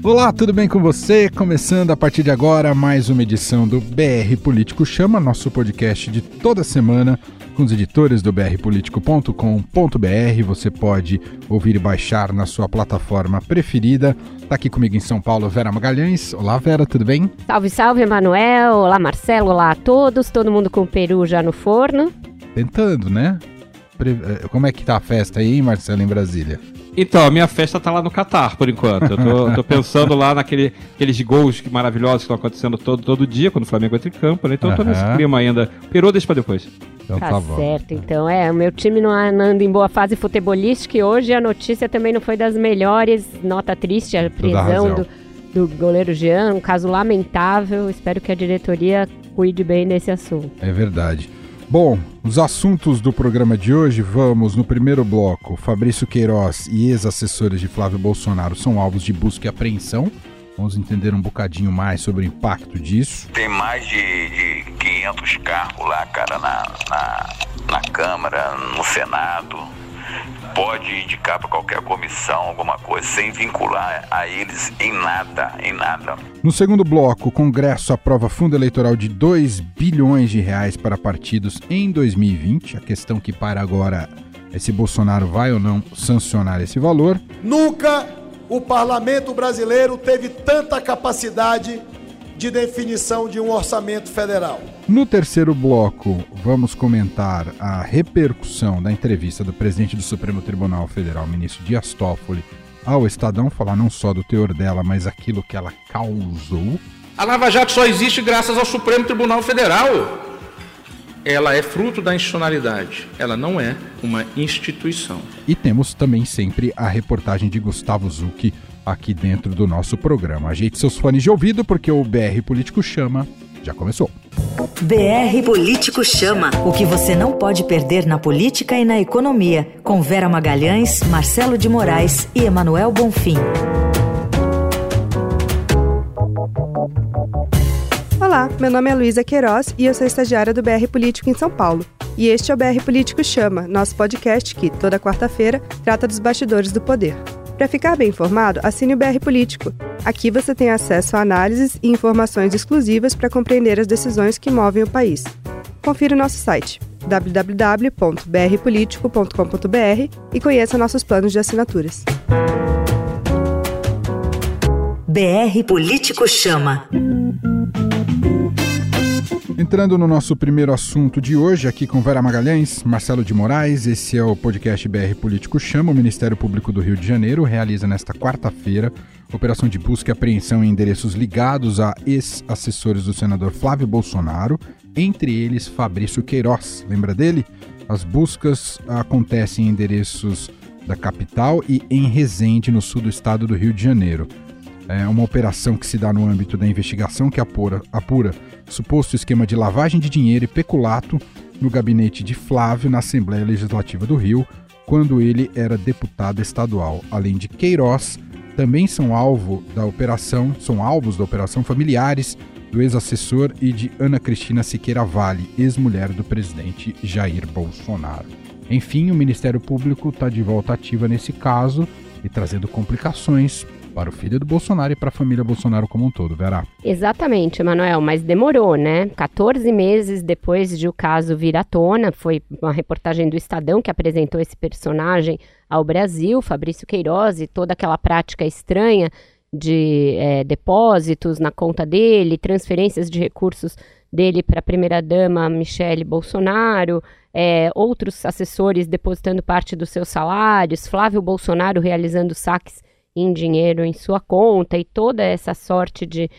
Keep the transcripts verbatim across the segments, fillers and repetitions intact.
Olá, tudo bem com você? Começando a partir de agora mais uma edição do B R Político Chama, nosso podcast de toda semana com os editores do b r político ponto com ponto b r. Você pode ouvir e baixar na sua plataforma preferida. Está aqui comigo em São Paulo, Vera Magalhães. Olá, Vera, tudo bem? Salve, salve, Emanuel. Olá, Marcelo. Olá a todos. Todo mundo com o peru já no forno. Tentando, né? Como é que tá a festa aí, Marcelo, em Brasília? Então, a minha festa tá lá no Catar, por enquanto. Eu tô, tô pensando lá naqueles naquele, gols maravilhosos que estão acontecendo todo, todo dia, quando o Flamengo entra em campo, né? Então, uhum. eu tô nesse clima ainda. Peru, deixa pra depois. Então tá, tá bom. Certo, então é, o meu time não anda em boa fase futebolística e hoje a notícia também não foi das melhores, nota triste, a prisão do, do goleiro Jean, um caso lamentável, espero que a diretoria cuide bem desse assunto. É verdade. Bom, os assuntos do programa de hoje, vamos no primeiro bloco. Fabrício Queiroz e ex-assessores de Flávio Bolsonaro são alvos de busca e apreensão. Vamos entender um bocadinho mais sobre o impacto disso. Tem mais de, de quinhentos cargos lá, cara, na, na, na Câmara, no Senado. Pode indicar para qualquer comissão alguma coisa, sem vincular a eles em nada, em nada. No segundo bloco, o Congresso aprova fundo eleitoral de dois bilhões de reais para partidos em dois mil e vinte. A questão que para agora é se Bolsonaro vai ou não sancionar esse valor. Nunca o parlamento brasileiro teve tanta capacidade de definição de um orçamento federal. No terceiro bloco, vamos comentar a repercussão da entrevista do presidente do Supremo Tribunal Federal, ministro Dias Toffoli, ao Estadão, falar não só do teor dela, mas aquilo que ela causou. A Lava Jato só existe graças ao Supremo Tribunal Federal. Ela é fruto da institucionalidade, ela não é uma instituição. E temos também sempre a reportagem de Gustavo Zucchi aqui dentro do nosso programa. Ajeite seus fones de ouvido porque o B R Político Chama já começou. B R Político Chama. O que você não pode perder na política e na economia. Com Vera Magalhães, Marcelo de Moraes e Emanuel Bonfim. Olá, meu nome é Luísa Queiroz e eu sou estagiária do B R Político em São Paulo. E este é o B R Político Chama, nosso podcast que, toda quarta-feira, trata dos bastidores do poder. Para ficar bem informado, assine o B R Político. Aqui você tem acesso a análises e informações exclusivas para compreender as decisões que movem o país. Confira o nosso site, w w w ponto b r político ponto com ponto b r, e conheça nossos planos de assinaturas. B R Político Chama. Entrando no nosso primeiro assunto de hoje, aqui com Vera Magalhães, Marcelo de Moraes, esse é o podcast B R Político Chama. O Ministério Público do Rio de Janeiro realiza nesta quarta-feira operação de busca e apreensão em endereços ligados a ex-assessores do senador Flávio Bolsonaro, entre eles Fabrício Queiroz. Lembra dele? As buscas acontecem em endereços da capital e em Resende, no sul do estado do Rio de Janeiro. É uma operação que se dá no âmbito da investigação que apura, apura suposto esquema de lavagem de dinheiro e peculato no gabinete de Flávio na Assembleia Legislativa do Rio, quando ele era deputado estadual. Além de Queiroz, também são alvo da operação, são alvos da operação familiares do ex-assessor e de Ana Cristina Siqueira Vale, ex-mulher do presidente Jair Bolsonaro. Enfim, o Ministério Público está de volta ativa nesse caso e trazendo complicações para o filho do Bolsonaro e para a família Bolsonaro como um todo, Vera. Exatamente, Emanuel, mas demorou, né? quatorze meses depois de o caso vir à tona, foi uma reportagem do Estadão que apresentou esse personagem ao Brasil, Fabrício Queiroz, e toda aquela prática estranha de é, depósitos na conta dele, transferências de recursos dele para a primeira-dama Michele Bolsonaro, é, outros assessores depositando parte dos seus salários, Flávio Bolsonaro realizando saques em dinheiro em sua conta e toda essa sorte de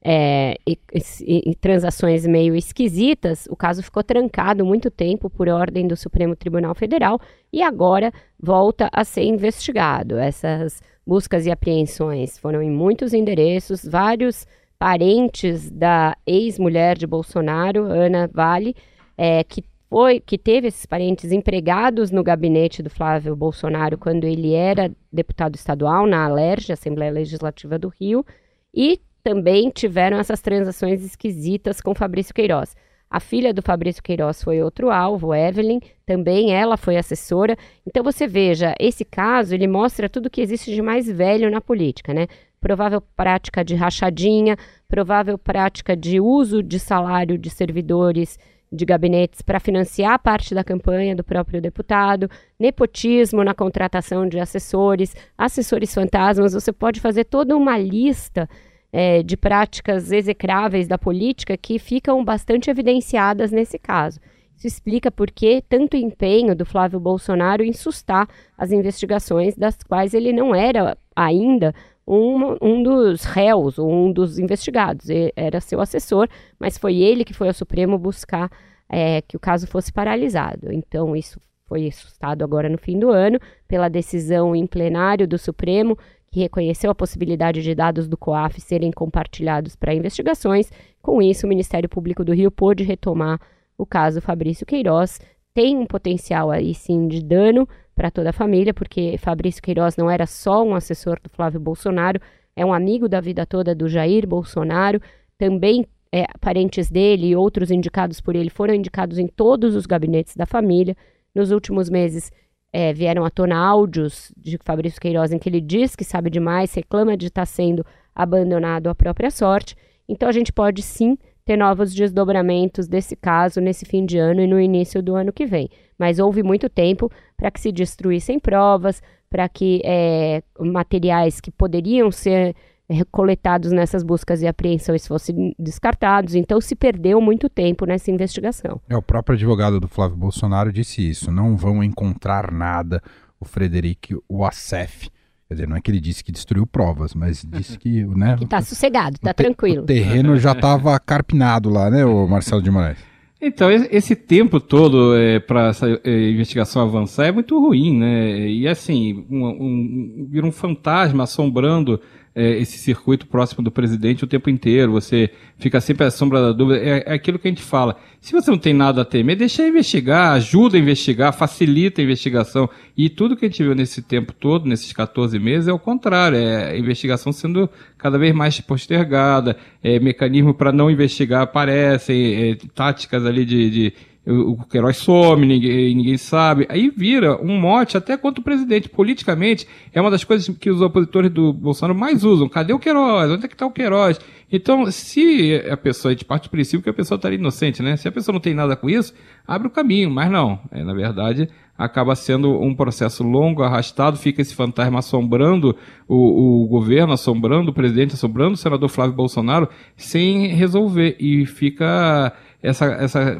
é, e, e, e transações meio esquisitas. O caso ficou trancado muito tempo por ordem do Supremo Tribunal Federal e agora volta a ser investigado. Essas buscas e apreensões foram em muitos endereços, vários parentes da ex-mulher de Bolsonaro, Ana Vale, é, que Foi, que teve esses parentes empregados no gabinete do Flávio Bolsonaro quando ele era deputado estadual na ALERJ, Assembleia Legislativa do Rio, e também tiveram essas transações esquisitas com Fabrício Queiroz. A filha do Fabrício Queiroz foi outro alvo, Evelyn, também ela foi assessora. Então você veja, esse caso ele mostra tudo que existe de mais velho na política, né? provável prática de rachadinha, provável prática de uso de salário de servidores de gabinetes para financiar parte da campanha do próprio deputado, nepotismo na contratação de assessores, assessores fantasmas. Você pode fazer toda uma lista é, de práticas execráveis da política que ficam bastante evidenciadas nesse caso. Isso explica por que tanto empenho do Flávio Bolsonaro em sustar as investigações das quais ele não era ainda um, um dos réus, ou um dos investigados. Ele era seu assessor, mas foi ele que foi ao Supremo buscar é, que o caso fosse paralisado. Então, isso foi sustado agora no fim do ano, pela decisão em plenário do Supremo, que reconheceu a possibilidade de dados do COAF serem compartilhados para investigações. Com isso, o Ministério Público do Rio pôde retomar o caso Fabrício Queiroz. Tem um potencial aí sim de dano para toda a família, porque Fabrício Queiroz não era só um assessor do Flávio Bolsonaro, é um amigo da vida toda do Jair Bolsonaro, também é, parentes dele e outros indicados por ele foram indicados em todos os gabinetes da família. Nos últimos meses é, vieram à tona áudios de Fabrício Queiroz em que ele diz que sabe demais, reclama de estar sendo abandonado à própria sorte. Então a gente pode sim ter novos desdobramentos desse caso nesse fim de ano e no início do ano que vem. Mas houve muito tempo para que se destruíssem provas, para que é, materiais que poderiam ser coletados nessas buscas e apreensões fossem descartados. Então se perdeu muito tempo nessa investigação. É, o próprio advogado do Flávio Bolsonaro disse isso, não vão encontrar nada, o Frederic Wassef. Quer dizer, não é que ele disse que destruiu provas, mas disse que... Né, que está sossegado, está te, tranquilo. O terreno já estava carpinado lá, né, o Marcelo de Moraes? Então, esse tempo todo é, para essa é, investigação avançar é muito ruim, né? E assim, um, um, vira um fantasma assombrando é, esse circuito próximo do presidente o tempo inteiro. Você fica sempre à sombra da dúvida. É, é aquilo que a gente fala. Se você não tem nada a temer, deixa investigar, ajuda a investigar, facilita a investigação. E tudo que a gente viu nesse tempo todo, nesses quatorze meses, é o contrário. É a investigação sendo cada vez mais postergada, é, mecanismo para não investigar aparecem, é, táticas ali de... de o Queiroz some, ninguém, ninguém sabe. Aí vira um mote até contra o presidente. Politicamente, é uma das coisas que os opositores do Bolsonaro mais usam. Cadê o Queiroz? Onde é que está o Queiroz? Então, se a pessoa, a gente parte do princípio que a pessoa está inocente, né? Se a pessoa não tem nada com isso, abre o caminho, mas não. É, na verdade, acaba sendo um processo longo, arrastado, fica esse fantasma assombrando o, o governo, assombrando o presidente, assombrando o senador Flávio Bolsonaro, sem resolver. E fica... Essa, essa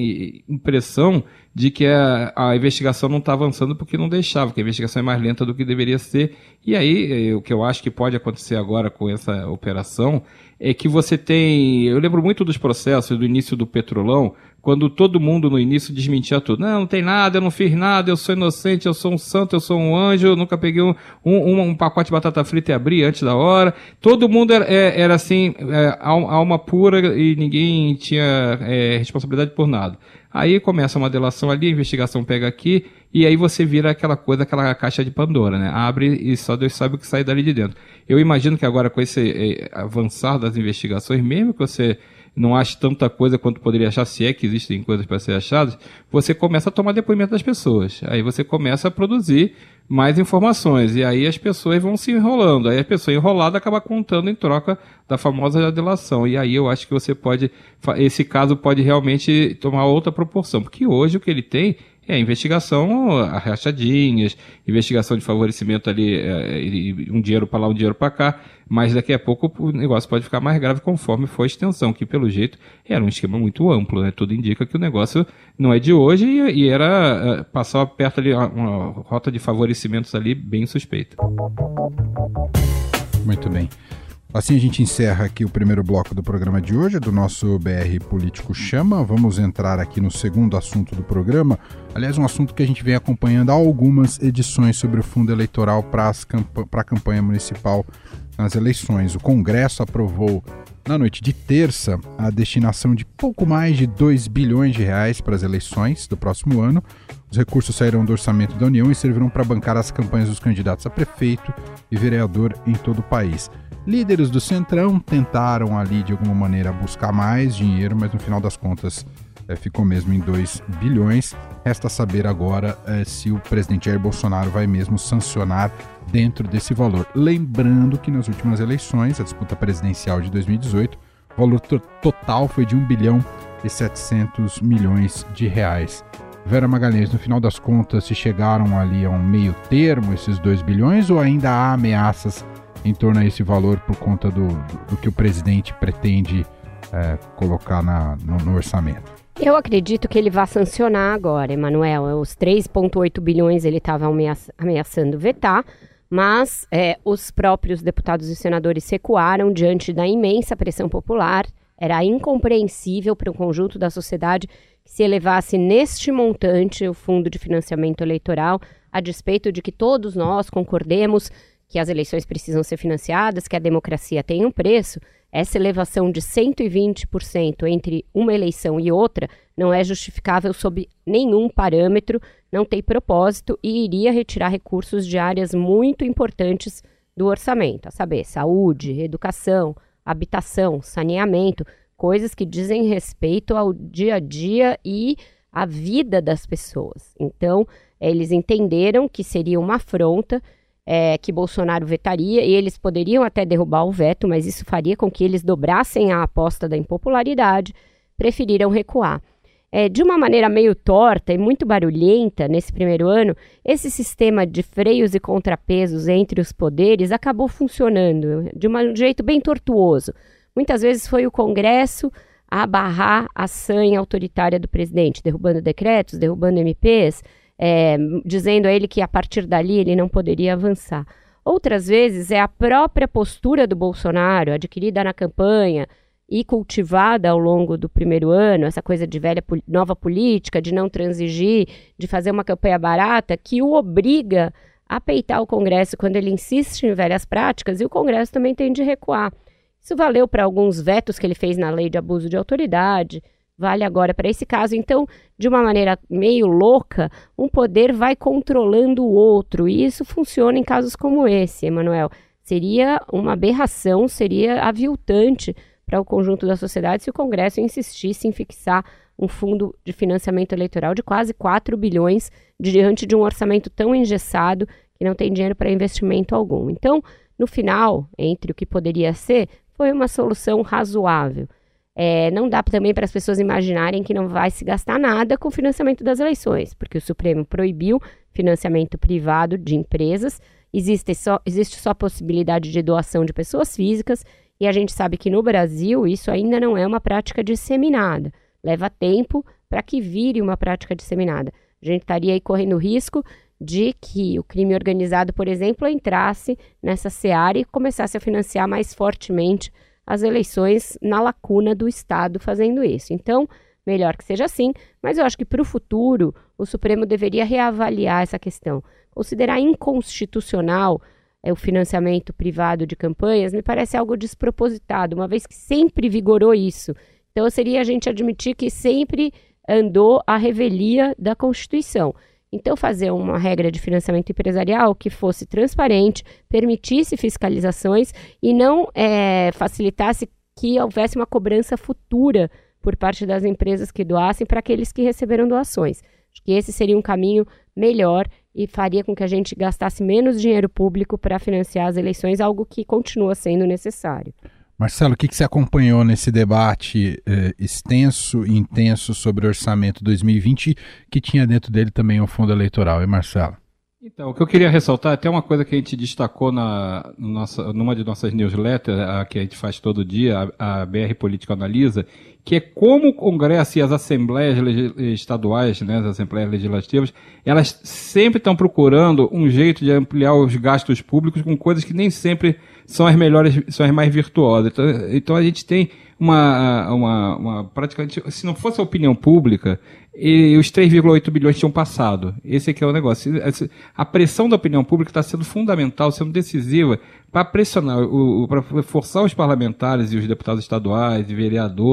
impressão de que a, a investigação não está avançando porque não deixava, que a investigação é mais lenta do que deveria ser. E aí, o que eu acho que pode acontecer agora com essa operação é que você tem... Eu lembro muito dos processos do início do Petrolão, quando todo mundo no início desmentia tudo. Não, não tem nada, eu não fiz nada, eu sou inocente, eu sou um santo, eu sou um anjo, eu nunca peguei um, um, um pacote de batata frita e abri antes da hora. Todo mundo era, era assim, é, alma pura e ninguém tinha é, responsabilidade por nada. Aí começa uma delação ali, a investigação pega aqui, e aí você vira aquela coisa, aquela caixa de Pandora, né? Abre e só Deus sabe o que sai dali de dentro. Eu imagino que agora com esse é, avançar das investigações, mesmo que você não ache tanta coisa quanto poderia achar, se é que existem coisas para ser achadas, você começa a tomar depoimento das pessoas. Aí você começa a produzir mais informações, e aí as pessoas vão se enrolando. Aí a pessoa enrolada acaba contando em troca da famosa delação. E aí eu acho que você pode, esse caso pode realmente tomar outra proporção, porque hoje o que ele tem é investigação a rachadinhas, investigação de favorecimento ali, é, um dinheiro para lá, um dinheiro para cá, mas daqui a pouco o negócio pode ficar mais grave conforme for a extensão, que pelo jeito era um esquema muito amplo, né? Tudo indica que o negócio não é de hoje e, e era, passava perto ali uma, uma rota de favorecimentos ali bem suspeita. Muito bem. Assim a gente encerra aqui o primeiro bloco do programa de hoje, do nosso B R Político Chama. Vamos entrar aqui no segundo assunto do programa. Aliás, um assunto que a gente vem acompanhando há algumas edições sobre o fundo eleitoral para camp- a campanha municipal nas eleições. O Congresso aprovou na noite de terça a destinação de pouco mais de dois bilhões de reais para as eleições do próximo ano. Os recursos sairão do orçamento da União e servirão para bancar as campanhas dos candidatos a prefeito e vereador em todo o país. Líderes do Centrão tentaram ali de alguma maneira buscar mais dinheiro, mas no final das contas é, ficou mesmo em dois bilhões. Resta saber agora é, se o presidente Jair Bolsonaro vai mesmo sancionar dentro desse valor. Lembrando que nas últimas eleições, a disputa presidencial de dois mil e dezoito, o valor to- total foi de um bilhão e setecentos milhões de reais. Vera Magalhães, no final das contas, se chegaram ali a um meio termo, esses dois bilhões, ou ainda há ameaças em torno a esse valor por conta do, do, do que o presidente pretende é, colocar na, no, no orçamento? Eu acredito que ele vai sancionar agora, Emanuel. Os três vírgula oito bilhões ele estava ameaça, ameaçando vetar, mas é, os próprios deputados e senadores recuaram diante da imensa pressão popular. Era incompreensível para o conjunto da sociedade que se elevasse neste montante o fundo de financiamento eleitoral, a despeito de que todos nós concordemos que as eleições precisam ser financiadas, que a democracia tem um preço. Essa elevação de cento e vinte por cento entre uma eleição e outra não é justificável sob nenhum parâmetro, não tem propósito e iria retirar recursos de áreas muito importantes do orçamento, a saber, saúde, educação, habitação, saneamento, coisas que dizem respeito ao dia a dia e à vida das pessoas. Então, eles entenderam que seria uma afronta, é, que Bolsonaro vetaria, e eles poderiam até derrubar o veto, mas isso faria com que eles dobrassem a aposta da impopularidade, preferiram recuar. É, de uma maneira meio torta e muito barulhenta nesse primeiro ano, esse sistema de freios e contrapesos entre os poderes acabou funcionando de um jeito bem tortuoso. Muitas vezes foi o Congresso a barrar a sanha autoritária do presidente, derrubando decretos, derrubando M Ps, é, dizendo a ele que a partir dali ele não poderia avançar. Outras vezes é a própria postura do Bolsonaro, adquirida na campanha e cultivada ao longo do primeiro ano, essa coisa de velha nova política, de não transigir, de fazer uma campanha barata, que o obriga a peitar o Congresso quando ele insiste em velhas práticas, e o Congresso também tem de recuar. Isso valeu para alguns vetos que ele fez na lei de abuso de autoridade, vale agora para esse caso. Então, de uma maneira meio louca, um poder vai controlando o outro, e isso funciona em casos como esse, Emanuel. Seria uma aberração, seria aviltante para o conjunto da sociedade se o Congresso insistisse em fixar um fundo de financiamento eleitoral de quase quatro bilhões diante de um orçamento tão engessado que não tem dinheiro para investimento algum. Então, no final, entre o que poderia ser, foi uma solução razoável. É, não dá também para as pessoas imaginarem que não vai se gastar nada com o financiamento das eleições, porque o Supremo proibiu financiamento privado de empresas, existe só, existe só possibilidade de doação de pessoas físicas, e a gente sabe que no Brasil isso ainda não é uma prática disseminada. Leva tempo para que vire uma prática disseminada. A gente estaria aí correndo risco de que o crime organizado, por exemplo, entrasse nessa seara e começasse a financiar mais fortemente as eleições na lacuna do Estado fazendo isso. Então, melhor que seja assim, mas eu acho que para o futuro o Supremo deveria reavaliar essa questão. Considerar inconstitucional é, o financiamento privado de campanhas me parece algo despropositado, uma vez que sempre vigorou isso. Então, seria a gente admitir que sempre andou à revelia da Constituição. Então, fazer uma regra de financiamento empresarial que fosse transparente, permitisse fiscalizações e não é, facilitasse que houvesse uma cobrança futura por parte das empresas que doassem para aqueles que receberam doações. Acho que esse seria um caminho melhor e faria com que a gente gastasse menos dinheiro público para financiar as eleições, algo que continua sendo necessário. Marcelo, o que, que você acompanhou nesse debate eh, extenso e intenso sobre o orçamento dois mil e vinte, que tinha dentro dele também o fundo eleitoral, hein, Marcelo? Então, o que eu queria ressaltar, até uma coisa que a gente destacou na, nossa, numa de nossas newsletters, a que a gente faz todo dia, a, a B R Político Analisa, que é como o Congresso e as assembleias estaduais, né, as assembleias legislativas, elas sempre estão procurando um jeito de ampliar os gastos públicos com coisas que nem sempre são as melhores, são as mais virtuosas. Então, então a gente tem uma, uma, uma praticamente, se não fosse a opinião pública, e os três vírgula oito bilhões tinham passado. Esse aqui é o negócio. A pressão da opinião pública está sendo fundamental, sendo decisiva para pressionar, para forçar os parlamentares e os deputados estaduais e vereadores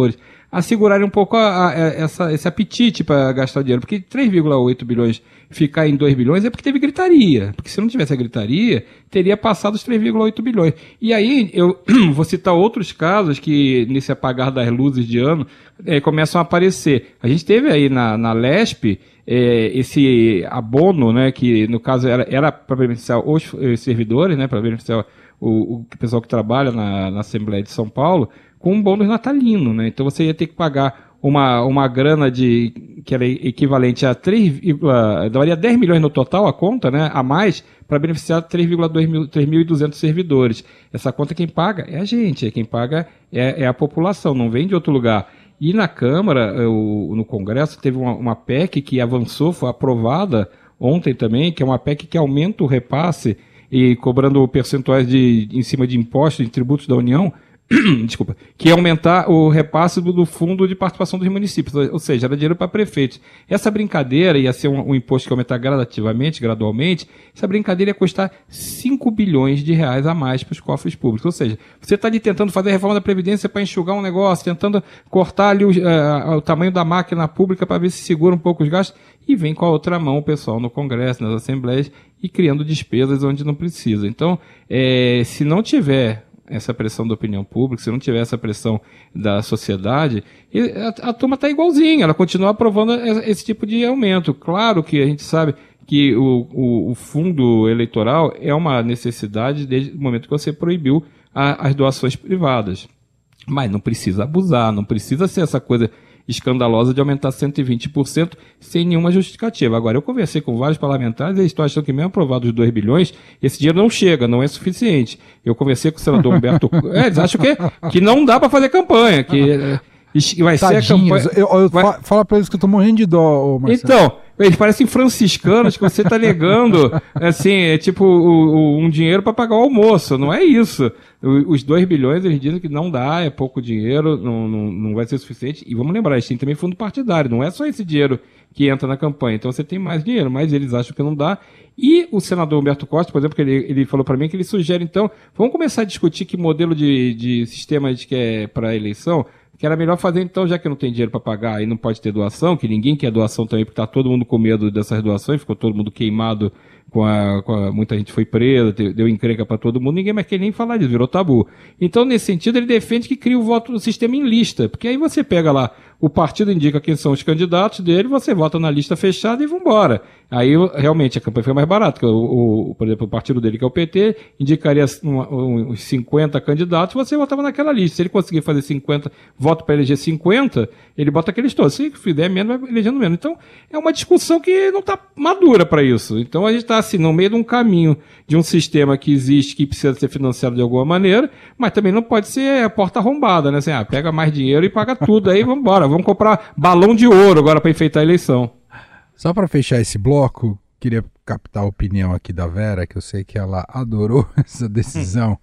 a segurarem um pouco a, a, essa, esse apetite para gastar dinheiro, porque três vírgula oito bilhões ficar em dois bilhões é porque teve gritaria, porque se não tivesse a gritaria, teria passado os três vírgula oito bilhões. E aí eu vou citar outros casos que nesse apagar das luzes de ano é, começam a aparecer. A gente teve aí na, na Lesp é, esse abono, né, que no caso era, era para beneficiar os, os servidores, né, para beneficiar o, o pessoal que trabalha na, na Assembleia de São Paulo, com um bônus natalino, né? Então você ia ter que pagar uma, uma grana de, que era equivalente a três, daria dez milhões no total a conta, né? A mais, para beneficiar três vírgula mil e duzentos servidores. Essa conta quem paga é a gente, é quem paga é, é a população, não vem de outro lugar. E na Câmara, o, no Congresso, teve uma, uma P E C que avançou, foi aprovada ontem também, que é uma P E C que aumenta o repasse e cobrando percentuais de, em cima de impostos e tributos da União, desculpa, que ia aumentar o repasse do, do fundo de participação dos municípios, ou seja, era dinheiro para prefeitos. Essa brincadeira ia ser um, um imposto que ia aumentar gradativamente, gradualmente, essa brincadeira ia custar cinco bilhões de reais a mais para os cofres públicos. Ou seja, você está ali tentando fazer a reforma da Previdência para enxugar um negócio, tentando cortar ali o, uh, o tamanho da máquina pública para ver se segura um pouco os gastos, e vem com a outra mão o pessoal no Congresso, nas assembleias, e criando despesas onde não precisa. Então, é, se não tiver essa pressão da opinião pública, se não tiver essa pressão da sociedade, a, a turma está igualzinha, ela continua aprovando esse tipo de aumento. Claro que a gente sabe que o, o, o fundo eleitoral é uma necessidade desde o momento que você proibiu a, as doações privadas. Mas não precisa abusar, não precisa ser essa coisa escandalosa de aumentar cento e vinte por cento sem nenhuma justificativa. Agora, eu conversei com vários parlamentares e eles estão achando que mesmo aprovado os dois bilhões, esse dinheiro não chega, não é suficiente. Eu conversei com o senador Humberto... é, eles acham que, que não dá para fazer campanha, que vai Tadinhos. ser a campanha... Eu, eu vai... Fala para eles que eu tô morrendo de dó, Marcelo. Então, eles parecem franciscanos que você está negando, assim, é tipo o, o, um dinheiro para pagar o almoço. Não é isso. O, os dois bilhões, eles dizem que não dá, é pouco dinheiro, não, não, não vai ser suficiente. E vamos lembrar, eles têm também fundo partidário, não é só esse dinheiro que entra na campanha. Então você tem mais dinheiro, mas eles acham que não dá. E o senador Humberto Costa, por exemplo, que ele, ele falou para mim que ele sugere, então, vamos começar a discutir que modelo de, de sistema a gente quer para a eleição, que era melhor fazer, então, já que não tem dinheiro para pagar e não pode ter doação, que ninguém quer doação também, porque está todo mundo com medo dessas doações, ficou todo mundo queimado, com a, com a, muita gente foi presa, deu encrenca para todo mundo, ninguém mais quer nem falar disso, virou tabu. Então, nesse sentido, ele defende que cria o voto do sistema em lista, porque aí você pega lá, o partido indica quem são os candidatos dele, você vota na lista fechada e vambora. Aí, realmente, a campanha foi mais barata, porque o, o, por exemplo, o partido dele, que é o P T, indicaria uns cinquenta candidatos, você votava naquela lista. Se ele conseguir fazer cinquenta, voto para eleger cinquenta, ele bota aqueles todos. Se fizer menos, vai elegendo menos. Então, é uma discussão que não está madura para isso. Então, a gente está, assim, no meio de um caminho de um sistema que existe, que precisa ser financiado de alguma maneira, mas também não pode ser a porta arrombada, né? Assim, ah, pega mais dinheiro e paga tudo, aí vamos embora. Vamos comprar balão de ouro agora para enfeitar a eleição. Só para fechar esse bloco, queria captar a opinião aqui da Vera, que eu sei que ela adorou essa decisão,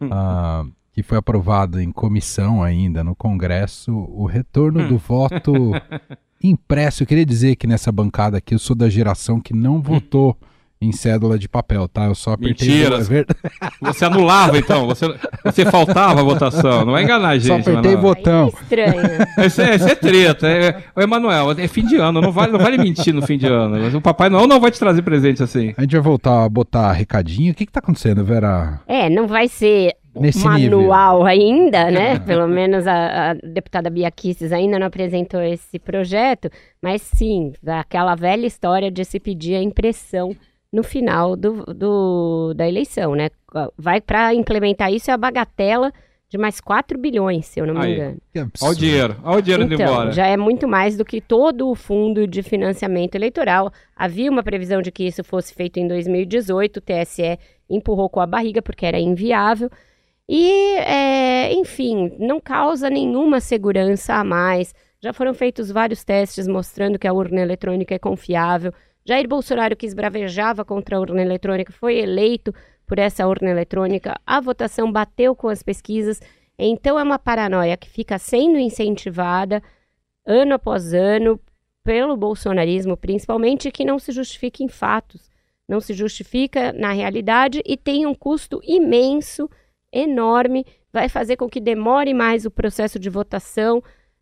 uh, que foi aprovada em comissão ainda no Congresso, o retorno do voto impresso. Eu queria dizer que nessa bancada aqui eu sou da geração que não votou em cédula de papel, tá? Eu só apertei... Mentira! É verdade. Você anulava, então? Você, você faltava a votação? Não vai enganar a gente, só apertei Manoel. botão. É estranho. Isso é, isso é treta. É, é, Emanuel, é fim de ano, não vale, não vale mentir no fim de ano. Mas o Papai Noel não vai te trazer presente assim. A gente vai voltar a botar recadinho. O que que tá acontecendo, Vera? É, não vai ser Nesse manual nível. ainda, né? Pelo menos a, a deputada Bia Kicis ainda não apresentou esse projeto, mas sim, aquela velha história de se pedir a impressão no final do, do, da eleição, né? Vai para implementar isso é a bagatela de mais quatro bilhões, se eu não me Aí. engano. Olha o dinheiro, olha o dinheiro indo Então, embora. já é muito mais do que todo o fundo de financiamento eleitoral. Havia uma previsão de que isso fosse feito em dois mil e dezoito, o T S E empurrou com a barriga porque era inviável. E, é, enfim, não causa nenhuma segurança a mais. Já foram feitos vários testes mostrando que a urna eletrônica é confiável. Jair Bolsonaro, que esbravejava contra a urna eletrônica, foi eleito por essa urna eletrônica. A votação bateu com as pesquisas. Então é uma paranoia que fica sendo incentivada ano após ano pelo bolsonarismo, principalmente, que não se justifica em fatos, não se justifica na realidade e tem um custo imenso, enorme, vai fazer com que demore mais o processo de votação.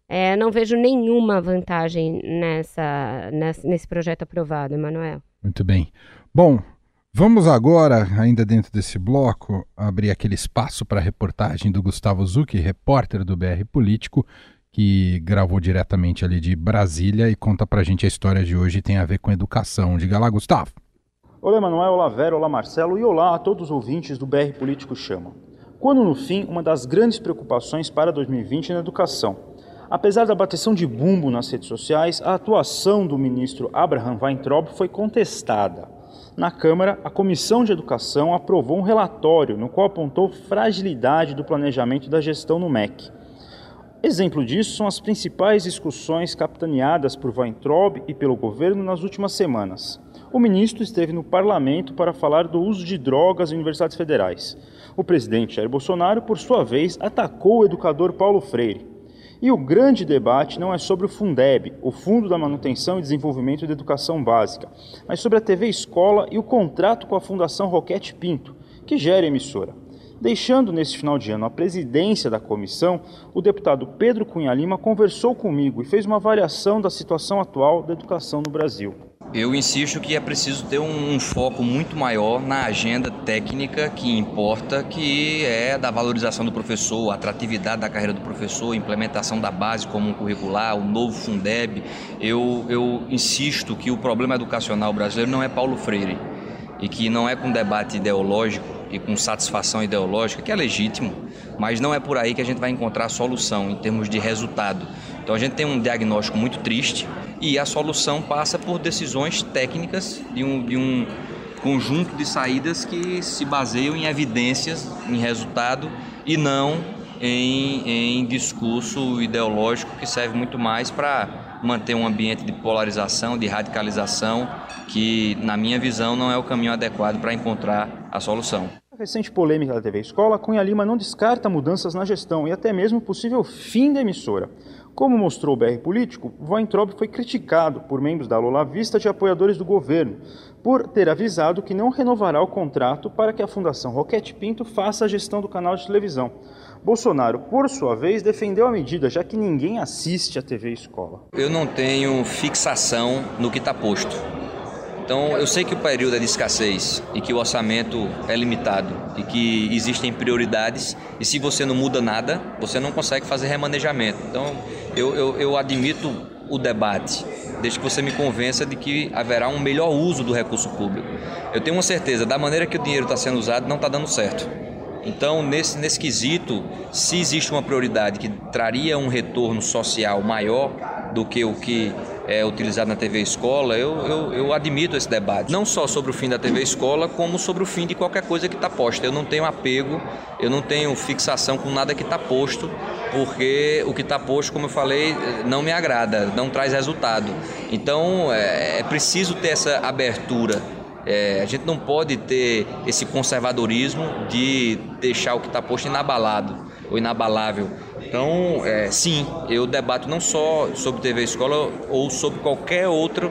é, não vejo nenhuma vantagem nessa, nessa, nesse projeto aprovado, Emanuel. Muito bem. Bom, vamos agora, ainda dentro desse bloco, abrir aquele espaço para a reportagem do Gustavo Zucchi, repórter do B R Político, que gravou diretamente ali de Brasília e conta pra gente a história de hoje e tem a ver com educação. Diga lá, Gustavo. Olá, Emanuel, olá, Vera, olá, Marcelo e olá a todos os ouvintes do B R Político Chama. Quando, no fim, uma das grandes preocupações para dois mil e vinte é na educação. Apesar da bateção de bumbo nas redes sociais, a atuação do ministro Abraham Weintraub foi contestada. Na Câmara, a Comissão de Educação aprovou um relatório no qual apontou fragilidade do planejamento da gestão no M E C. Exemplo disso são as principais discussões capitaneadas por Weintraub e pelo governo nas últimas semanas. O ministro esteve no parlamento para falar do uso de drogas em universidades federais. O presidente Jair Bolsonaro, por sua vez, atacou o educador Paulo Freire. E o grande debate não é sobre o Fundeb, o Fundo da Manutenção e Desenvolvimento da Educação Básica, mas sobre a T V Escola e o contrato com a Fundação Roquete Pinto, que gera a emissora. Deixando neste final de ano a presidência da comissão, o deputado Pedro Cunha Lima conversou comigo e fez uma avaliação da situação atual da educação no Brasil. Eu insisto que é preciso ter um, um foco muito maior na agenda técnica que importa, que é da valorização do professor, a atratividade da carreira do professor, a implementação da base comum curricular, o novo Fundeb. Eu, eu insisto que o problema educacional brasileiro não é Paulo Freire e que não é com debate ideológico e com satisfação ideológica, que é legítimo, mas não é por aí que a gente vai encontrar a solução em termos de resultado. Então a gente tem um diagnóstico muito triste e a solução passa por decisões técnicas de um, de um conjunto de saídas que se baseiam em evidências, em resultado e não em, em discurso ideológico que serve muito mais para manter um ambiente de polarização, de radicalização, que, na minha visão, não é o caminho adequado para encontrar a solução. Na recente polêmica da T V Escola, Cunha Lima não descarta mudanças na gestão e até mesmo possível fim da emissora. Como mostrou o B R Político, Weintraub foi criticado por membros da Lula Vista de apoiadores do governo, por ter avisado que não renovará o contrato para que a Fundação Roquete Pinto faça a gestão do canal de televisão. Bolsonaro, por sua vez, defendeu a medida, já que ninguém assiste à T V Escola. Eu não tenho fixação no que está posto. Então, eu sei que o período é de escassez e que o orçamento é limitado e que existem prioridades e se você não muda nada, você não consegue fazer remanejamento. Então, eu, eu, eu admito o debate, desde que você me convença de que haverá um melhor uso do recurso público. Eu tenho uma certeza, da maneira que o dinheiro está sendo usado, não está dando certo. Então, nesse, nesse quesito, se existe uma prioridade que traria um retorno social maior do que o que é utilizado na T V Escola, eu, eu, eu admito esse debate. Não só sobre o fim da T V Escola, como sobre o fim de qualquer coisa que está posta. Eu não tenho apego, eu não tenho fixação com nada que está posto, porque o que está posto, como eu falei, não me agrada, não traz resultado. Então, é, é preciso ter essa abertura. É, a gente não pode ter esse conservadorismo de deixar o que está posto inabalado ou inabalável. Então, é, sim, eu debato não só sobre T V Escola ou sobre qualquer outro,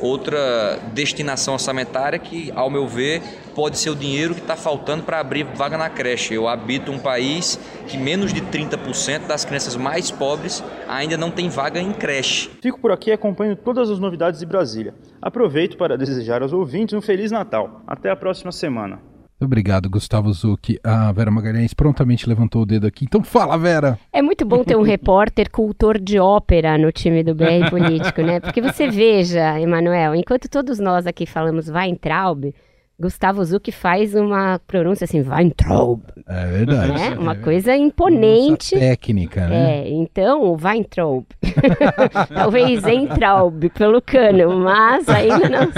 outra destinação orçamentária que, ao meu ver, pode ser o dinheiro que está faltando para abrir vaga na creche. Eu habito um país que menos de trinta por cento das crianças mais pobres ainda não tem vaga em creche. Fico por aqui e acompanho todas as novidades de Brasília. Aproveito para desejar aos ouvintes um Feliz Natal. Até a próxima semana. Obrigado, Gustavo Zucchi. A Vera Magalhães prontamente levantou o dedo aqui. Então fala, Vera! É muito bom ter um repórter cultor de ópera no time do B R Político, né? Porque você veja, Emanuel, enquanto todos nós aqui falamos Weintraub, Gustavo Zucchi faz uma pronúncia assim, Weintraub. É verdade. Né? Uma coisa imponente. Nossa técnica, né? É, então o Weintraub. Talvez Entraub pelo cano, mas ainda não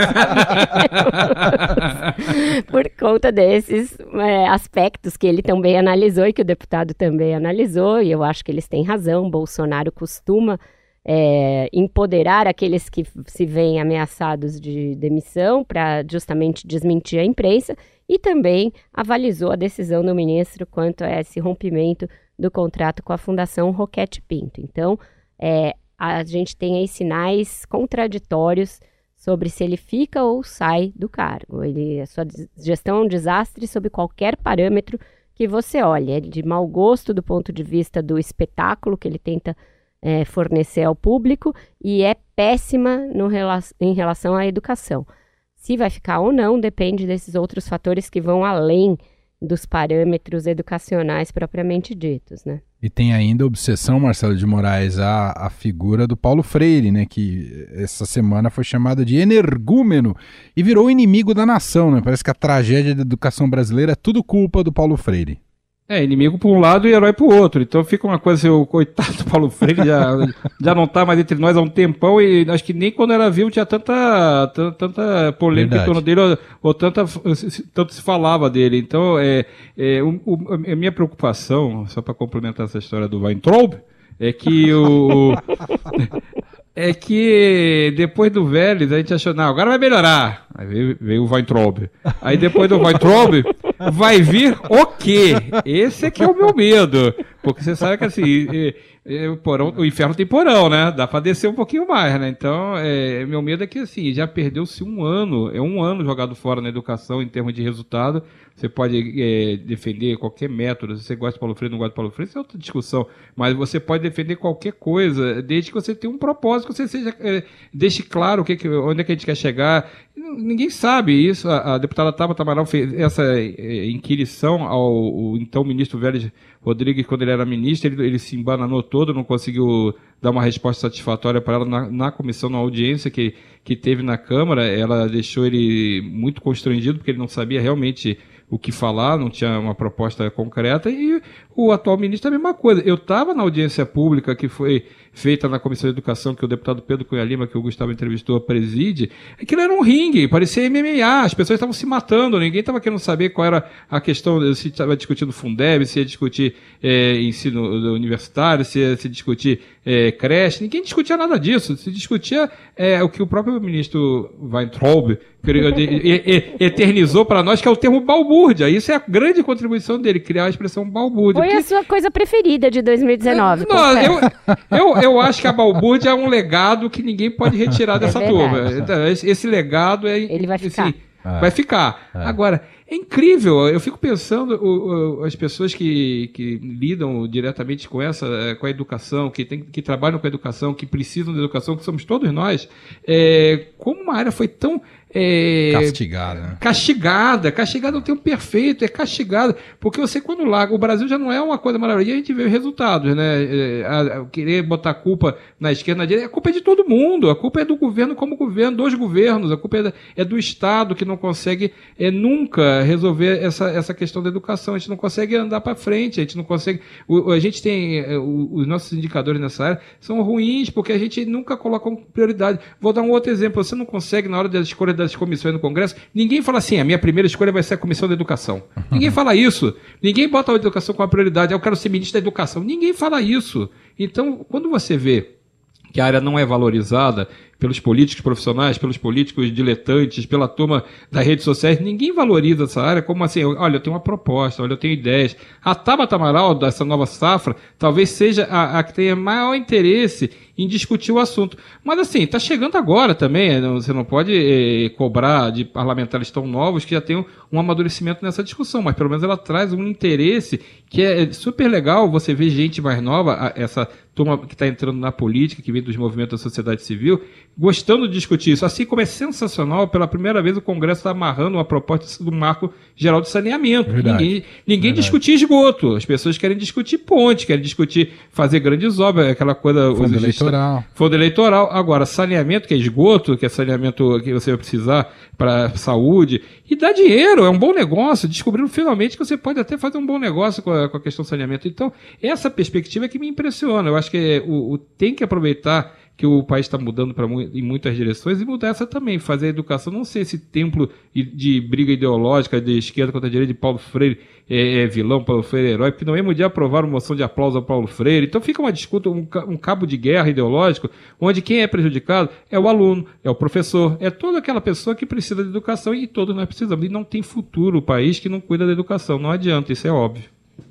sabemos. Por conta desses é, aspectos que ele também analisou e que o deputado também analisou, e eu acho que eles têm razão. Bolsonaro costuma É, empoderar aqueles que se veem ameaçados de demissão para justamente desmentir a imprensa e também avalizou a decisão do ministro quanto a esse rompimento do contrato com a Fundação Roquete Pinto. Então, é, a gente tem aí sinais contraditórios sobre se ele fica ou sai do cargo. Ele, a sua gestão é um desastre sob qualquer parâmetro que você olhe. É de mau gosto do ponto de vista do espetáculo que ele tenta é, fornecer ao público e é péssima no, em relação à educação. Se vai ficar ou não depende desses outros fatores que vão além dos parâmetros educacionais propriamente ditos, né? E tem ainda a obsessão, Marcelo de Moraes, a, a figura do Paulo Freire, né, que essa semana foi chamada de energúmeno e virou inimigo da nação, né? Parece que a tragédia da educação brasileira é tudo culpa do Paulo Freire. É, inimigo por um lado e herói por outro. Então fica uma coisa assim, o coitado do Paulo Freire já, já não está mais entre nós há um tempão e acho que nem quando era vivo tinha tanta, tanta, tanta polêmica Verdade. em torno dele ou, ou tanta, tanto se falava dele. Então, é, é, o, o, a minha preocupação, só para complementar essa história do Weintraub, é que o... É que depois do Vélez a gente achou, não, agora vai melhorar. Aí veio, veio o Weintraub. Aí depois do Weintraub vai vir o quê? Esse é que é o meu medo. Porque você sabe que assim, é, é, o, porão, o inferno tem porão, né? Dá pra descer um pouquinho mais, né? Então, é, meu medo é que assim, já perdeu-se um ano, é um ano jogado fora na educação em termos de resultado. Você pode é, defender qualquer método, se você gosta de Paulo Freire ou não gosta de Paulo Freire, isso é outra discussão, mas você pode defender qualquer coisa, desde que você tenha um propósito, que você seja, é, deixe claro o que, onde é que a gente quer chegar. Ninguém sabe isso. A, a deputada Tabata Amaral fez essa é, inquirição ao, ao então ministro Vélez Rodrigues, quando ele era ministro, ele, ele se embananou todo, não conseguiu dar uma resposta satisfatória para ela na, na comissão, na audiência que, que teve na Câmara. Ela deixou ele muito constrangido, porque ele não sabia realmente o que falar, não tinha uma proposta concreta, e o atual ministro é a mesma coisa. Eu estava na audiência pública que foi feita na Comissão de Educação, que o deputado Pedro Cunha Lima, que o Gustavo entrevistou, preside. Aquilo era um ringue, parecia M M A, as pessoas estavam se matando, ninguém estava querendo saber qual era a questão, se estava discutindo Fundeb, se ia discutir é, ensino universitário, se ia se discutir é, creche, ninguém discutia nada disso, se discutia é, o que o próprio ministro Weintraub eternizou para nós, que é o termo balbúrdia. Isso é a grande contribuição dele, criar a expressão balbúrdia. Foi porque... a sua coisa preferida de dois mil e dezenove. Não, eu, eu, eu acho que a balbúrdia é um legado que ninguém pode retirar dessa é turma. Esse, esse legado é... Ele vai ficar. Assim, é. Vai ficar. É. Agora, é incrível. Eu fico pensando, o, o, as pessoas que, que lidam diretamente com essa, com a educação, que, tem, que trabalham com a educação, que precisam da educação, que somos todos nós, é, como uma área foi tão... É, castigada. Né? Castigada. Castigada é um termo perfeito, é castigada. Porque você, quando larga, o Brasil já não é uma coisa maravilhosa. E a gente vê os resultados, né? É, a, a, querer botar a culpa na esquerda, na direita, a culpa é de todo mundo. A culpa é do governo como governo, dos governos. A culpa é, da, é do Estado, que não consegue é, nunca resolver essa, essa questão da educação. A gente não consegue andar para frente, a gente não consegue... O, a gente tem... O, os nossos indicadores nessa área são ruins, porque a gente nunca coloca como prioridade. Vou dar um outro exemplo. Você não consegue, na hora da escolha da das comissões no Congresso, ninguém fala assim, a minha primeira escolha vai ser a Comissão da Educação. Ninguém fala isso. Ninguém bota a educação como a prioridade. Eu quero ser ministro da Educação. Ninguém fala isso. Então, quando você vê que a área não é valorizada pelos políticos profissionais, pelos políticos diletantes, pela turma das redes sociais, ninguém valoriza essa área como assim, olha, eu tenho uma proposta, olha, eu tenho ideias. A Tabata Amaral, dessa nova safra, talvez seja a, a que tenha maior interesse em discutir o assunto. Mas assim, está chegando agora também, você não pode eh, cobrar de parlamentares tão novos que já tenham um amadurecimento nessa discussão, mas pelo menos ela traz um interesse que é super legal você ver gente mais nova, essa turma que está entrando na política, que vem dos movimentos da sociedade civil, gostando de discutir isso. Assim como é sensacional, pela primeira vez o Congresso está amarrando uma proposta do Marco Geral de Saneamento. Verdade. Ninguém, ninguém discute esgoto. As pessoas querem discutir ponte, querem discutir fazer grandes obras, aquela coisa... Fundo eleitoral. Fundo eleitoral. Agora, saneamento, que é esgoto, que é saneamento que você vai precisar para saúde, e dá dinheiro, é um bom negócio. Descobriram finalmente que você pode até fazer um bom negócio com a, com a questão do saneamento. Então, essa perspectiva é que me impressiona. Eu acho que é, o, o, tem que aproveitar que o país está mudando pra, em muitas direções e mudar essa também, fazer a educação não ser esse templo de briga ideológica de esquerda contra a direita, de Paulo Freire é, é vilão, Paulo Freire é herói, porque não é mundial aprovar uma moção de aplauso ao Paulo Freire. Então fica uma disputa, um, um cabo de guerra ideológico, onde quem é prejudicado é o aluno, é o professor, é toda aquela pessoa que precisa de educação, e todos nós precisamos. E não tem futuro o país que não cuida da educação, não adianta, isso é óbvio.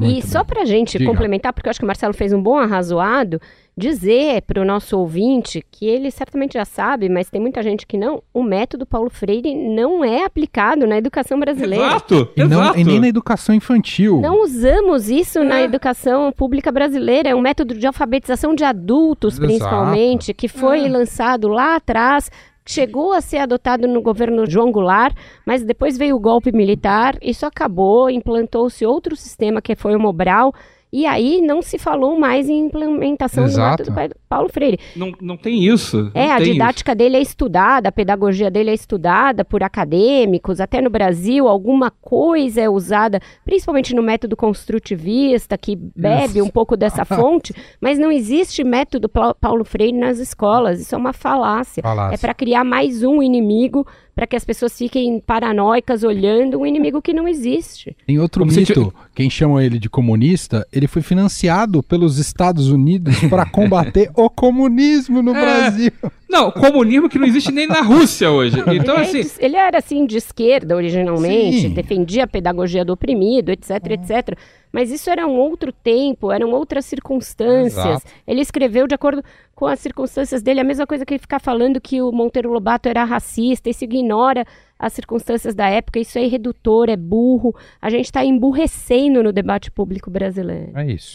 Muito e bem. Só para a gente Diga. complementar, porque eu acho que o Marcelo fez um bom arrazoado, dizer para o nosso ouvinte, que ele certamente já sabe, mas tem muita gente que não, o método Paulo Freire não é aplicado na educação brasileira. Exato, e, não, exato. e nem na educação infantil. Não usamos isso é. na educação pública brasileira, é um método de alfabetização de adultos, exato. principalmente, que foi é. lançado lá atrás, chegou a ser adotado no governo João Goulart, mas depois veio o golpe militar, isso acabou, implantou-se outro sistema que foi o Mobral, e aí não se falou mais em implementação Exato. do método Paulo Freire. Não, não tem isso. É, não a tem didática isso. dele é estudada, a pedagogia dele é estudada por acadêmicos, até no Brasil alguma coisa é usada, principalmente no método construtivista, que bebe isso. um pouco dessa fonte, mas não existe método Paulo Freire nas escolas, isso é uma falácia. falácia. É para criar mais um inimigo, para que as pessoas fiquem paranoicas olhando um inimigo que não existe. Tem outro Como mito, te... quem chama ele de comunista, ele foi financiado pelos Estados Unidos para combater o comunismo no é. Brasil. Não, o comunismo que não existe nem na Rússia hoje. Então, ele, assim... ele era assim de esquerda originalmente, Sim. defendia a pedagogia do oprimido, etc, é. etcétera. Mas isso era um outro tempo, eram outras circunstâncias. Exato. Ele escreveu de acordo com as circunstâncias dele, a mesma coisa que ele ficar falando que o Monteiro Lobato era racista, isso ignora as circunstâncias da época, isso é redutor, é burro. A gente está emburrecendo no debate público brasileiro. É isso.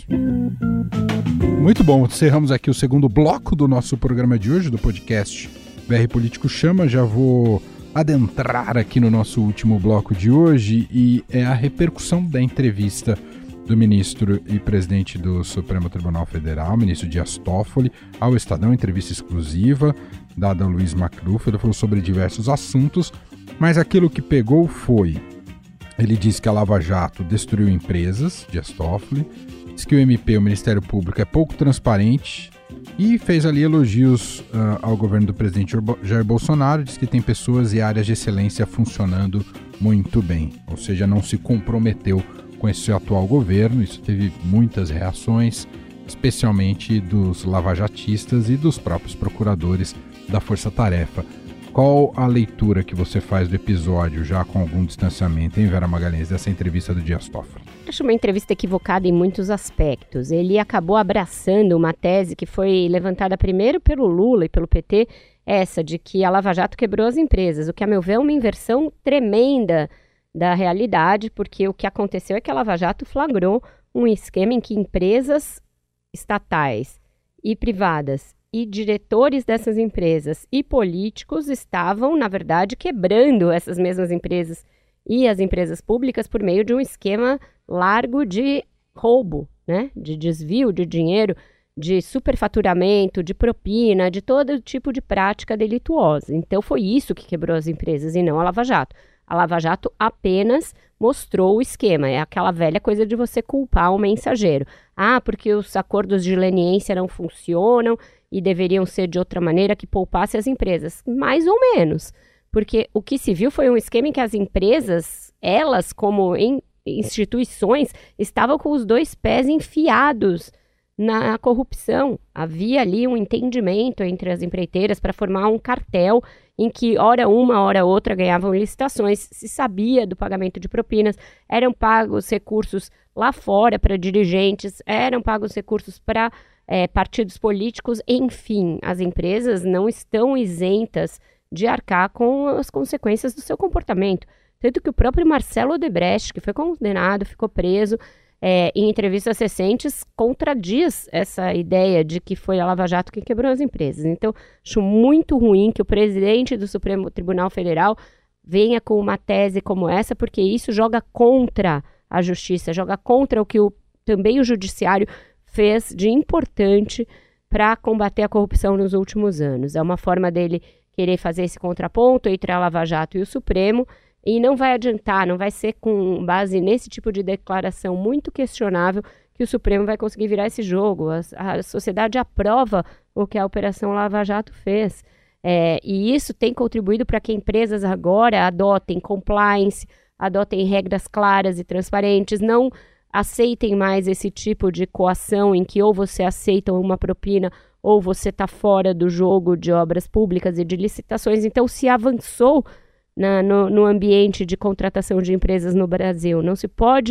Muito bom, encerramos aqui o segundo bloco do nosso programa de hoje, do podcast B R Político Chama. Já vou adentrar aqui no nosso último bloco de hoje e é a repercussão da entrevista do ministro e presidente do Supremo Tribunal Federal, ministro Dias Toffoli, ao Estadão, entrevista exclusiva dada ao Luiz Macruf. Ele falou sobre diversos assuntos, mas aquilo que pegou foi, ele disse que a Lava Jato destruiu empresas, Dias Toffoli, disse que o M P, o Ministério Público, é pouco transparente e fez ali elogios uh, ao governo do presidente Jair Bolsonaro, disse que tem pessoas e áreas de excelência funcionando muito bem, ou seja, não se comprometeu com esse atual governo. Isso teve muitas reações, especialmente dos lavajatistas e dos próprios procuradores da Força Tarefa. Qual a leitura que você faz do episódio, já com algum distanciamento, hein, Vera Magalhães, dessa entrevista do Dias Toffoli? Acho uma entrevista equivocada em muitos aspectos. Ele acabou abraçando uma tese que foi levantada primeiro pelo Lula e pelo P T, essa de que a Lava Jato quebrou as empresas, o que, a meu ver, é uma inversão tremenda da realidade, porque o que aconteceu é que a Lava Jato flagrou um esquema em que empresas estatais e privadas e diretores dessas empresas e políticos estavam, na verdade, quebrando essas mesmas empresas e as empresas públicas por meio de um esquema largo de roubo, né? De desvio de dinheiro, de superfaturamento, de propina, de todo tipo de prática delituosa. Então foi isso que quebrou as empresas e não a Lava Jato. A Lava Jato apenas mostrou o esquema. É aquela velha coisa de você culpar o mensageiro. Ah, porque os acordos de leniência não funcionam e deveriam ser de outra maneira que poupasse as empresas. Mais ou menos. Porque o que se viu foi um esquema em que as empresas, elas como em instituições, estavam com os dois pés enfiados na corrupção. Havia ali um entendimento entre as empreiteiras para formar um cartel em que hora uma, hora outra ganhavam licitações, se sabia do pagamento de propinas, eram pagos recursos lá fora para dirigentes, eram pagos recursos para é, partidos políticos, enfim, as empresas não estão isentas de arcar com as consequências do seu comportamento. Tanto que o próprio Marcelo Odebrecht, que foi condenado, ficou preso, É, em entrevistas recentes, contradiz essa ideia de que foi a Lava Jato que quebrou as empresas. Então, acho muito ruim que o presidente do Supremo Tribunal Federal venha com uma tese como essa, porque isso joga contra a justiça, joga contra o que o, também o judiciário fez de importante para combater a corrupção nos últimos anos. É uma forma dele querer fazer esse contraponto entre a Lava Jato e o Supremo. E não vai adiantar, não vai ser com base nesse tipo de declaração muito questionável que o Supremo vai conseguir virar esse jogo. A, a sociedade aprova o que a Operação Lava Jato fez. É, e isso tem contribuído para que empresas agora adotem compliance, adotem regras claras e transparentes, não aceitem mais esse tipo de coação em que ou você aceita uma propina ou você está fora do jogo de obras públicas e de licitações. Então, se avançou Na, no, no ambiente de contratação de empresas no Brasil. Não se pode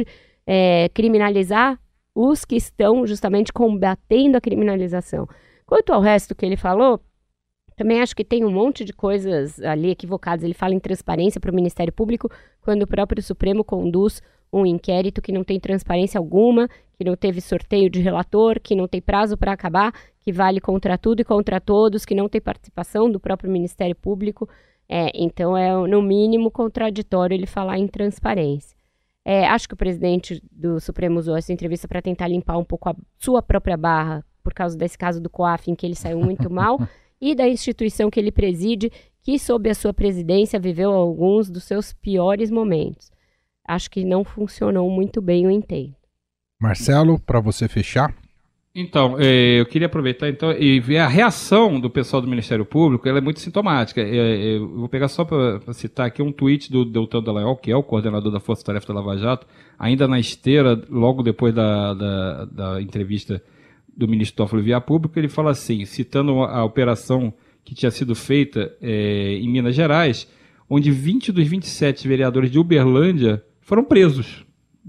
é, criminalizar os que estão justamente combatendo a criminalização. Quanto ao resto que ele falou, também acho que tem um monte de coisas ali equivocadas. Ele fala em transparência para o Ministério Público, quando o próprio Supremo conduz um inquérito que não tem transparência alguma, que não teve sorteio de relator, que não tem prazo para acabar, que vale contra tudo e contra todos, que não tem participação do próprio Ministério Público. É, então é, no mínimo, contraditório ele falar em transparência. É, acho que o presidente do Supremo usou essa entrevista para tentar limpar um pouco a sua própria barra, por causa desse caso do COAF, em que ele saiu muito mal, e da instituição que ele preside, que sob a sua presidência viveu alguns dos seus piores momentos. Acho que não funcionou muito bem o intento. Marcelo, para você fechar? Então, eu queria aproveitar então e ver a reação do pessoal do Ministério Público. Ela é muito sintomática. Eu vou pegar só para citar aqui um tweet do Deltan Dallagnol, que é o coordenador da Força Tarefa da Lava Jato, ainda na esteira, logo depois da, da, da entrevista do ministro Toffoli via público. Ele fala assim, citando a operação que tinha sido feita é, em Minas Gerais, onde vinte dos vinte e sete vereadores de Uberlândia foram presos.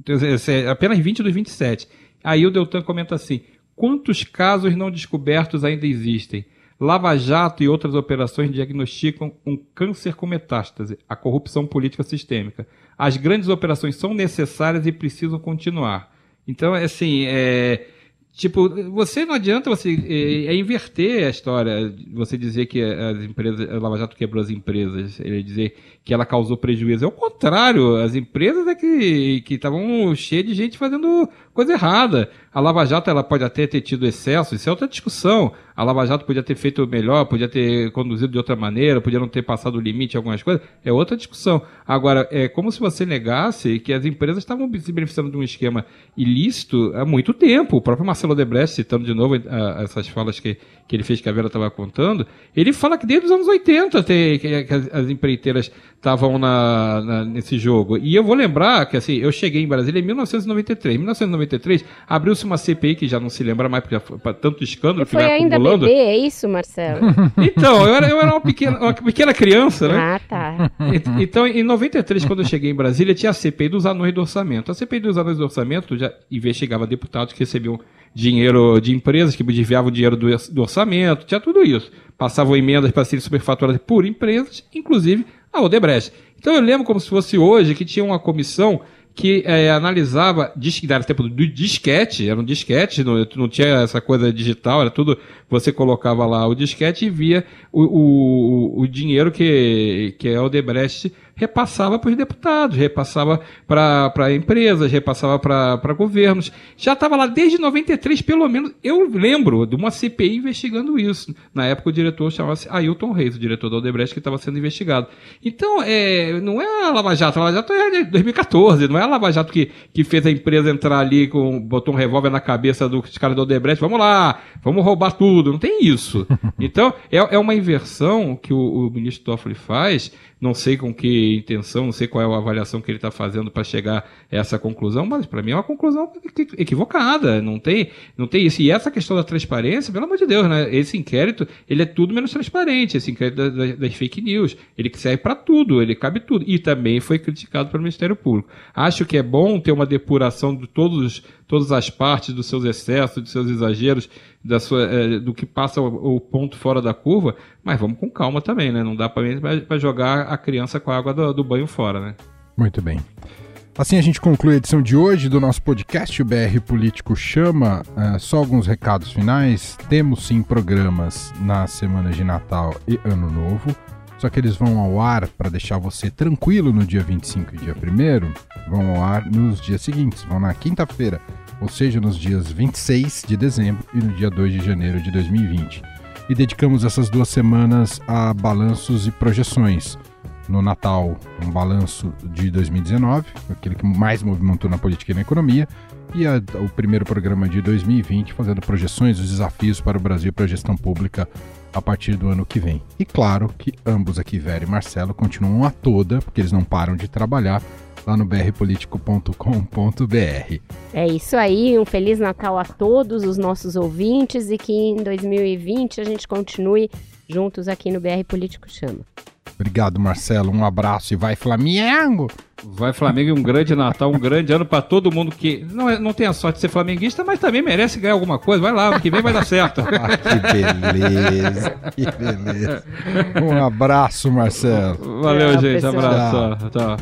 Apenas vinte dos vinte e sete. Aí o Deltan comenta assim: quantos casos não descobertos ainda existem? Lava Jato e outras operações diagnosticam um câncer com metástase, a corrupção política sistêmica. As grandes operações são necessárias e precisam continuar. Então, assim, é... Tipo, você não adianta você é, é inverter a história, você dizer que as empresas, a Lava Jato quebrou as empresas, ele dizer que ela causou prejuízo. É o contrário, as empresas é que estavam cheias de gente fazendo coisa errada. A Lava Jato ela pode até ter tido excesso, isso é outra discussão. A Lava Jato podia ter feito melhor, podia ter conduzido de outra maneira, podia não ter passado o limite em algumas coisas, é outra discussão. Agora, é como se você negasse que as empresas estavam se beneficiando de um esquema ilícito há muito tempo. O próprio Marcelo Odebrecht, citando de novo a, a essas falas que, que ele fez, que a Vera estava contando, ele fala que desde os anos oitenta tem, que, que as, as empreiteiras estavam na, na, nesse jogo. E eu vou lembrar que assim, eu cheguei em Brasília em mil novecentos e noventa e três. Em mil novecentos e noventa e três, abriu-se uma C P I que já não se lembra mais, porque já foi tanto escândalo que vai acumulando. Bebê, é isso, Marcelo? Então, eu era, eu era uma, pequena, uma pequena criança, né? Ah, tá. E, então, em noventa e três, quando eu cheguei em Brasília, tinha a C P I dos anões do orçamento. A C P I dos anões do orçamento já investigava deputados que recebiam dinheiro de empresas, que desviavam dinheiro do, do orçamento, tinha tudo isso. Passavam emendas para serem superfaturadas por empresas, inclusive a Odebrecht. Então, eu lembro como se fosse hoje que tinha uma comissão que é, analisava, era tempo do disquete, era um disquete, não, não tinha essa coisa digital, era tudo, você colocava lá o disquete e via o, o, o dinheiro que, que a Odebrecht repassava para os deputados, repassava para empresas, repassava para governos. Já estava lá desde noventa e três, pelo menos, eu lembro de uma C P I investigando isso. Na época o diretor chamava-se Ailton Reis, o diretor da Odebrecht, que estava sendo investigado. Então, é, não é a Lava Jato, a Lava Jato é de dois mil e catorze, não é a Lava Jato que, que fez a empresa entrar ali, com, botou um revólver na cabeça dos caras da Odebrecht, vamos lá, vamos roubar tudo, não tem isso. Então, é, é uma inversão que o, o ministro Toffoli faz, não sei com que intenção, não sei qual é a avaliação que ele está fazendo para chegar a essa conclusão, mas para mim é uma conclusão equivocada, não tem, não tem isso. E essa questão da transparência, pelo amor de Deus, né? Esse inquérito, ele é tudo menos transparente, esse inquérito das, das fake news, ele serve para tudo, ele cabe tudo, e também foi criticado pelo Ministério Público. Acho que é bom ter uma depuração de todos, todas as partes dos seus excessos, dos seus exageros, da sua, é, do que passa o, o ponto fora da curva, mas vamos com calma também, né? Não dá para jogar a criança com a água do, do banho fora, né? Muito bem. Assim a gente conclui a edição de hoje do nosso podcast, o B R Político Chama. É, só alguns recados finais. Temos sim programas nas semanas de Natal e Ano Novo, só que eles vão ao ar para deixar você tranquilo no dia vinte e cinco e dia primeiro, vão ao ar nos dias seguintes, vão na quinta-feira, ou seja, nos dias vinte e seis de dezembro e no dia dois de janeiro de dois mil e vinte. E dedicamos essas duas semanas a balanços e projeções. No Natal, um balanço de dois mil e dezenove, aquele que mais movimentou na política e na economia, e a, o primeiro programa de dois mil e vinte, fazendo projeções dos desafios para o Brasil e para a gestão pública a partir do ano que vem. E claro que ambos aqui, Vera e Marcelo, continuam a toda, porque eles não param de trabalhar, lá no b r político ponto com ponto b r. É isso aí, um Feliz Natal a todos os nossos ouvintes e que em dois mil e vinte a gente continue juntos aqui no B R Político Chama. Obrigado, Marcelo. Um abraço e vai Flamengo! Vai Flamengo e um grande Natal, um grande ano pra todo mundo que não, é, não tem a sorte de ser flamenguista, mas também merece ganhar alguma coisa. Vai lá, ano que vem vai dar certo. Ah, que beleza, que beleza. Um abraço, Marcelo. Valeu, Tchau, gente. pessoal. Abraço. Tchau.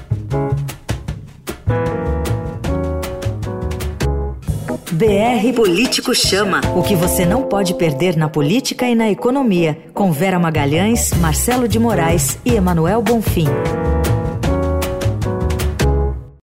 B R Político Chama. O que você não pode perder na política e na economia. Com Vera Magalhães, Marcelo de Moraes e Emanuel Bonfim.